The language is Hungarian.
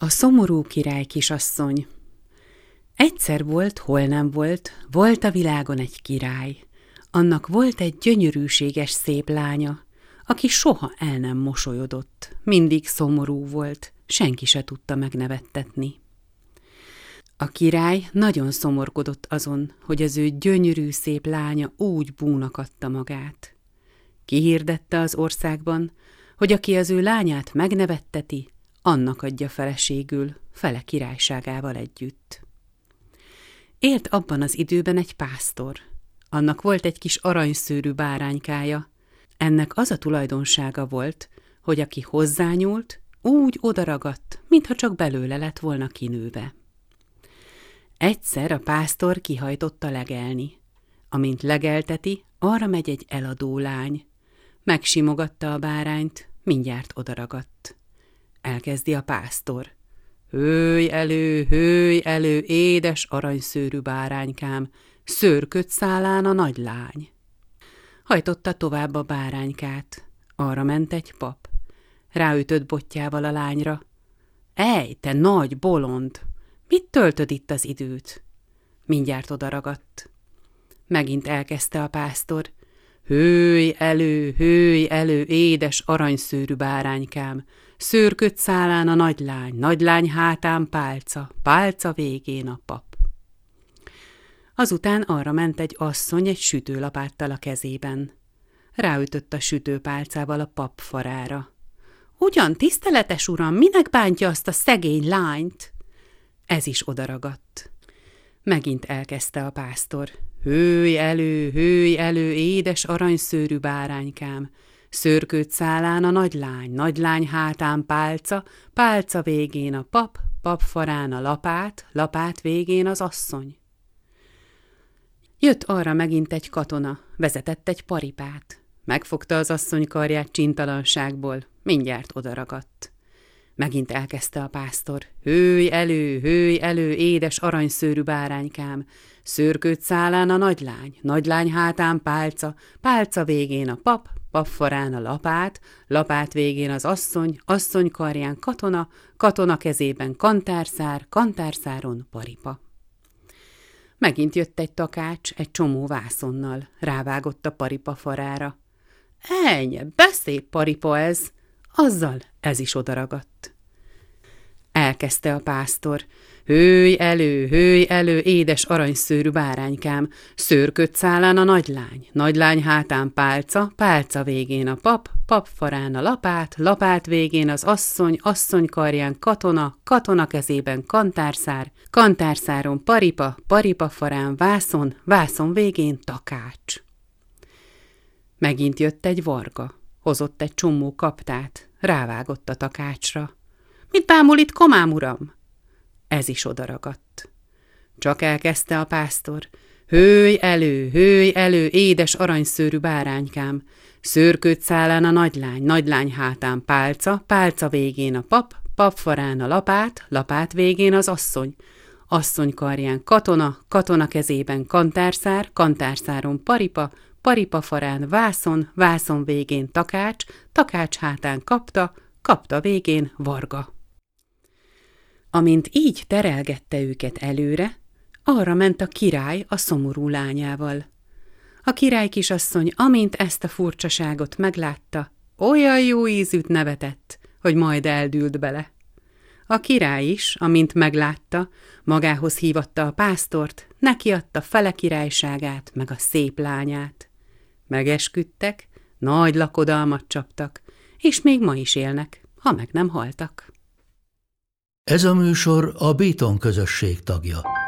A szomorú király kisasszony. Egyszer volt, hol nem volt, volt a világon egy király. Annak volt egy gyönyörűséges szép lánya, aki soha el nem mosolyodott, mindig szomorú volt, senki se tudta megnevettetni. A király nagyon szomorkodott azon, hogy az ő gyönyörű szép lánya úgy búnak adta magát. Kihirdette az országban, hogy aki az ő lányát megnevetteti, annak adja feleségül, fele királyságával együtt. Élt abban az időben egy pásztor. Annak volt egy kis aranyszőrű báránykája. Ennek az a tulajdonsága volt, hogy aki hozzányúlt, úgy odaragadt, mintha csak belőle lett volna kinőve. Egyszer a pásztor kihajtotta legelni. Amint legelteti, arra megy egy eladó lány. Megsimogatta a bárányt, mindjárt odaragadt. Elkezdi a pásztor. Hőj elő, édes aranyszőrű báránykám, szőrköd szálán a nagy lány. Hajtotta tovább a báránykát. Arra ment egy pap. Ráütött bottyával a lányra. Ej, te nagy bolond! Mit töltöd itt az időt? Mindjárt odaragadt. Megint elkezdte a pásztor. Hőj elő, édes aranyszőrű báránykám, szőrköd szálán a nagy lány hátán pálca, pálca végén a pap. Azután arra ment egy asszony egy sütőlapáttal a kezében. Ráütött a sütőpálcával a pap farára. Ugyan, tiszteletes uram, minek bántja azt a szegény lányt? Ez is odaragadt. Megint elkezdte a pásztor. Hőj elő, édes aranyszőrű báránykám, szőrköd szálán a nagy lány hátán pálca, pálca végén a pap, pap farán a lapát végén az asszony. Jött arra megint egy katona, vezetett egy paripát. Megfogta az asszony karját csintalanságból, mindjárt odaragadt. Megint elkezdte a pásztor. Hőj elő, édes aranyszőrű báránykám, szőrköd szálán a nagy lány hátán pálca, pálca végén a pap, pap farán a lapát végén az asszony karján katona kezében kantárszár, kantárszáron paripa. Megint jött egy takács egy csomó vászonnal, rávágott a paripa farára. Ennyi, beszép paripa ez! Azzal ez is odaragadt. Elkezdte a pásztor. Hőj elő, édes aranyszőrű báránykám, szőrköd szálán a nagy lány hátán pálca, pálca végén a pap, pap farán a lapát végén az asszony karján katona kezében kantárszár, kantárszáron paripa, paripa farán vászon végén takács. Megint jött egy varga. Hozott egy csomó kaptát, rávágott a takácsra. Mit bámul itt, komám uram? Ez is odaragadt. Csak elkezdte a pásztor. Hőj elő, édes aranyszőrű báránykám, szőrköd szálán a nagy lány hátán pálca, pálca végén a pap, pap farán a lapát végén az asszony karján katona kezében kantárszár, kantárszáron paripa, paripa farán vászon végén takács hátán kapta végén varga. Amint így terelgette őket előre, arra ment a király a szomorú lányával. A király kisasszony, amint ezt a furcsaságot meglátta, olyan jó ízűt nevetett, hogy majd eldült bele. A király is, amint meglátta, magához hívatta a pásztort, nekiadta fele királyságát meg a szép lányát. Megesküdtek, nagy lakodalmat csaptak, és még ma is élnek, ha meg nem haltak. Ez a műsor a Béton közösség tagja.